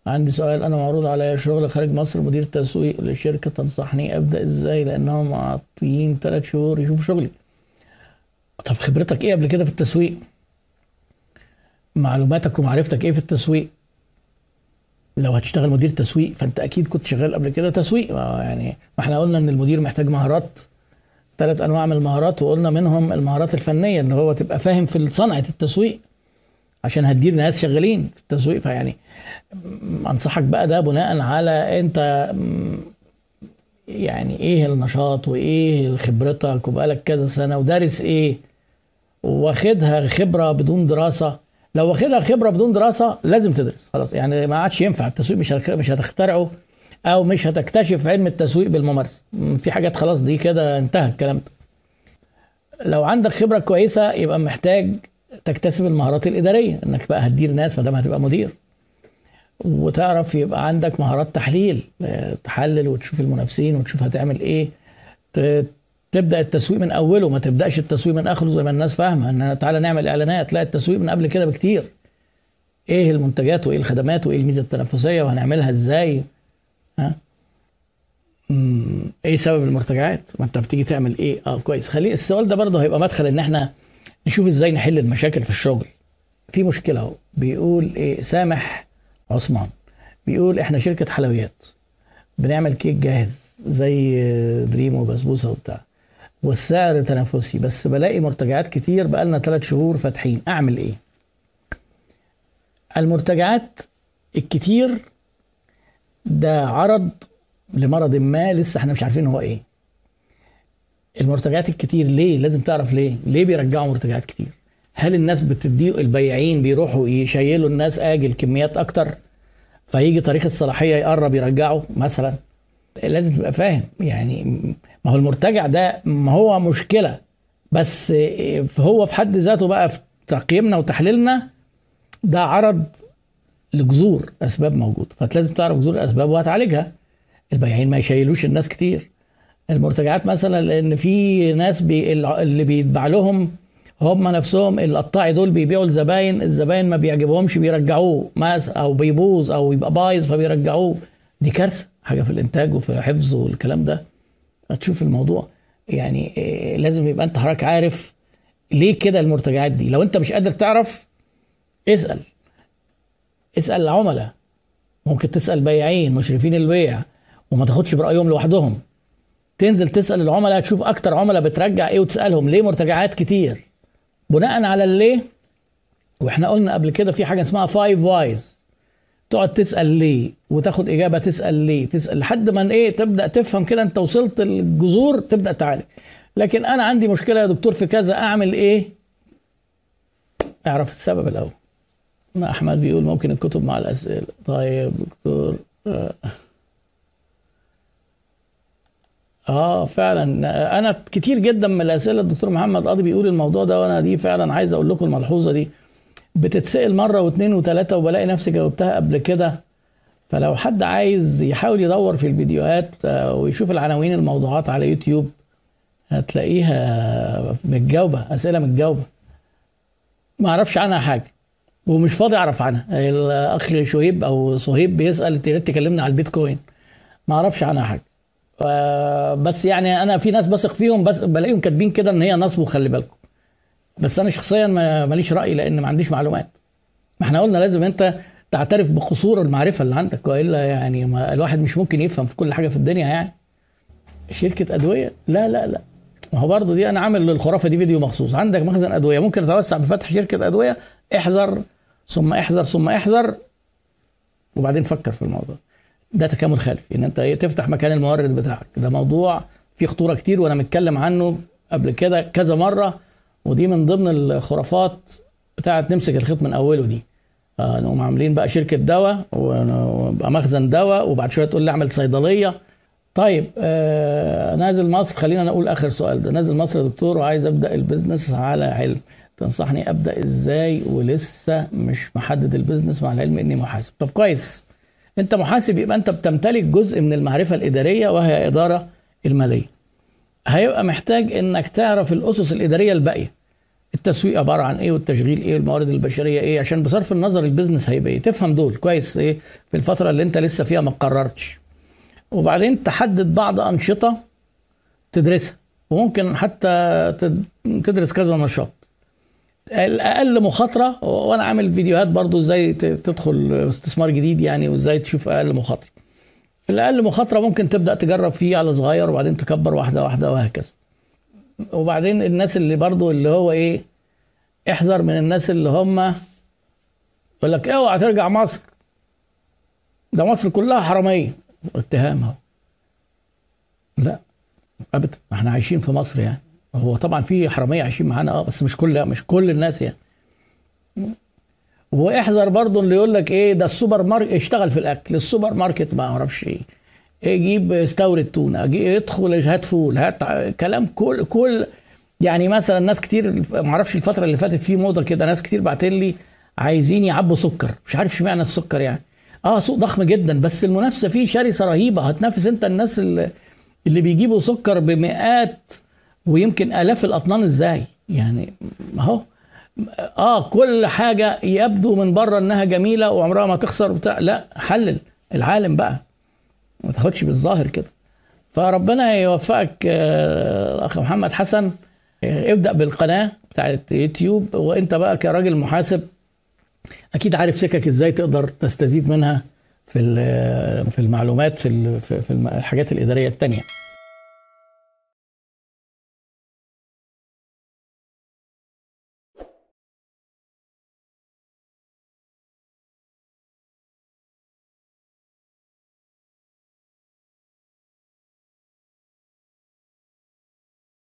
عندي سؤال، انا معروض عليا شغل خارج مصر مدير تسويق لشركة، تنصحني ابدأ ازاي لانهم معطيين 3 شهور يشوفوا شغلي. طب خبرتك ايه قبل كده في التسويق؟ معلوماتك ومعرفتك ايه في التسويق؟ لو هتشتغل مدير تسويق فانت اكيد كنت شغال قبل كده تسويق. يعني ما احنا قلنا ان المدير محتاج مهارات، 3 انواع من المهارات، وقلنا منهم المهارات الفنية اللي هو تبقى فاهم في صنعة التسويق عشان هتدير ناس شغالين في التسويق. فيعني انصحك بقى ده بناء على انت يعني ايه النشاط وايه خبرتك وبقالك كذا سنة ودارس ايه، واخدها خبرة بدون دراسة. لو واخدها خبرة بدون دراسة لازم تدرس خلاص، يعني ما عادش ينفع التسويق، مش هتخترعه او مش هتكتشف علم التسويق بالممارسة. في حاجات خلاص دي كده انتهى الكلام ده. لو عندك خبرة كويسة يبقى محتاج تكتسب المهارات الإدارية، انك بقى هتدير ناس ما دام هتبقى مدير، وتعرف يبقى عندك مهارات تحليل، تحلل وتشوف المنافسين وتشوف هتعمل ايه. تبدا التسويق من اوله، ما تبداش التسويق من اخره زي ما الناس فاهمه ان تعالى نعمل اعلانات. لا، التسويق من قبل كده بكتير. ايه المنتجات وايه الخدمات وايه الميزه التنافسيه وهنعملها ازاي. ها ايه سبب المرتجعات؟ ما انت بتيجي تعمل ايه؟ كويس. خلي السؤال ده برضه هيبقى مدخل ان احنا نشوف ازاي نحل المشاكل في الشغل. في مشكله اهو، بيقول ايه سامح عثمان، بيقول احنا شركه حلويات بنعمل كيك جاهز زي دريم وبسبوسه وبتاع، والسعر تنافسي، بس بلاقي مرتجعات كتير، بقالنا 3 شهور فاتحين، اعمل ايه؟ المرتجعات الكتير ده عرض لمرض ما لسه احنا مش عارفين هو ايه. المرتجعات الكتير ليه؟ لازم تعرف ليه بيرجعوا مرتجعات كتير. هل الناس بتديه، البياعين بيروحوا يشيلوا الناس اجل كميات اكتر فيجي تاريخ الصلاحية يقرب يرجعوا مثلا؟ لازم تبقى فاهم يعني. ما هو المرتجع ده ما هو مشكلة، بس هو في حد ذاته بقى في تقييمنا وتحليلنا ده عرض لجذور أسباب موجود، فلازم تعرف جذور الأسباب وهتعالجها. البياعين ما يشيلوش الناس كتير. المرتجعات مثلا لأن في ناس اللي بيتباع لهم هم نفسهم القطاعي دول بيبيعوا الزباين ما بيعجبهمش بيرجعوه او بيبوظ او يبقى بايظ فبيرجعوه. دي كارثه، حاجه في الانتاج وفي الحفظ والكلام ده. هتشوف الموضوع يعني لازم يبقى انت حضرتك عارف ليه كده المرتجعات دي. لو انت مش قادر تعرف اسال العملاء، ممكن تسال بياعين مشرفين البيع وما تاخدش برايهم لوحدهم. تنزل تسال العملاء، تشوف اكتر عملاء بترجع ايه وتسالهم ليه مرتجعات كتير. بناء على الليه، واحنا قلنا قبل كده في حاجه اسمها 5 وايز، تقعد تسال ليه وتاخد اجابه، تسال ليه، تسال لحد ما ايه تبدا تفهم كده انت وصلت الجذور، تبدا تعالج. لكن انا عندي مشكله يا دكتور في كذا، اعمل ايه؟ اعرف السبب الاول. احمد بيقول ممكن الكتب مع الاسئله. طيب دكتور فعلا انا كتير جدا من الاسئله الدكتور محمد قاضي بيقول الموضوع ده، وانا دي فعلا عايز اقول لكم الملحوظه دي بتتسأل مرة واثنين وثلاثة وبلاقي نفسي جاوبتها قبل كده. فلو حد عايز يحاول يدور في الفيديوهات ويشوف العناوين الموضوعات على يوتيوب هتلاقيها متجاوبة، أسئلة متجاوبة ما أعرفش عنها حاجة ومش فاضي أعرف عنها. الأخ شهيب أو صهيب بيسأل تكلمنا على البيتكوين، ما أعرفش عنها حاجة. بس يعني أنا في ناس بثق فيهم، بس بلاقيهم كاتبين كده إن هي نصب وخلي بالكم. بس انا شخصيا ماليش راي لان ما عنديش معلومات. ما احنا قلنا لازم انت تعترف بقصور المعرفه اللي عندك، والا يعني الواحد مش ممكن يفهم في كل حاجه في الدنيا يعني. شركه ادويه؟ لا لا لا، ما هو برضه دي انا عامل للخرافه دي فيديو مخصوص. عندك مخزن ادويه ممكن تتوسع بفتح شركه ادويه، احذر ثم احذر ثم احذر وبعدين فكر في الموضوع ده. تكامل خلفي ان انت تفتح مكان المورد بتاعك، ده موضوع فيه خطوره كتير وانا متكلم عنه قبل كده كذا مره، ودي من ضمن الخرافات بتاعت نمسك الخيط من اوله دي. نقوم عاملين بقى شركه دواء ويبقى مخزن دواء وبعد شويه تقول لي اعمل صيدليه. طيب نازل مصر، خلينا نقول اخر سؤال ده. نازل مصر يا دكتور وعايز ابدا البيزنس على علم، تنصحني ابدا ازاي ولسه مش محدد البيزنس مع العلم اني محاسب؟ طب كويس، انت محاسب يبقى انت بتمتلك جزء من المعرفه الاداريه وهي اداره الماليه. هيبقى محتاج انك تعرف الاسس الاداريه الباقيه، التسويق عباره عن ايه، والتشغيل ايه، والموارد البشريه ايه، عشان بصرف النظر البيزنس هيبقى ايه تفهم دول كويس ايه في الفتره اللي انت لسه فيها ما قررتش. وبعدين تحدد بعض انشطه تدرسها، وممكن حتى تدرس كذا نشاط. الاقل مخاطره، وانا عامل فيديوهات برضو ازاي تدخل استثمار جديد يعني، وازاي تشوف اقل مخاطره. الاقل مخاطره ممكن تبدا تجرب فيه على صغير، وبعدين تكبر واحده واحده وهكذا. وبعدين الناس اللي برضو اللي هو ايه، احذر من الناس اللي هم يقول لك اوعى ترجع مصر، ده مصر كلها حراميه. اتهام اهو. لا ابدا، احنا عايشين في مصر يعني. هو طبعا في حراميه عايشين معانا بس مش كل الناس يعني. واحذر برضو اللي يقول لك ايه ده السوبر ماركت، اشتغل في الاكل، السوبر ماركت ما اعرفش ايه، يجيب استورد تونه، يدخل هات فول، هات كلام كل يعني. مثلا ناس كتير ما اعرفش الفتره اللي فاتت في موضه كده، ناس كتير بعتين لي عايزين يعبوا سكر، مش عارف اشمعنى السكر يعني. سوق ضخم جدا بس المنافسه فيه شرسه رهيبه. هتنافس انت الناس اللي بيجيبوا سكر بمئات ويمكن آلاف الأطنان ازاي يعني؟ اهو كل حاجة يبدو من بره انها جميلة وعمرها ما تخسر بتاع، لا حلل العالم بقى، ما تاخدش بالظاهر كده. فربنا يوفقك اخ محمد حسن. ابدأ بالقناة بتاعت يوتيوب، وانت بقى كراجل محاسب اكيد عارف سكك ازاي تقدر تستزيد منها في المعلومات في الحاجات الإدارية التانية.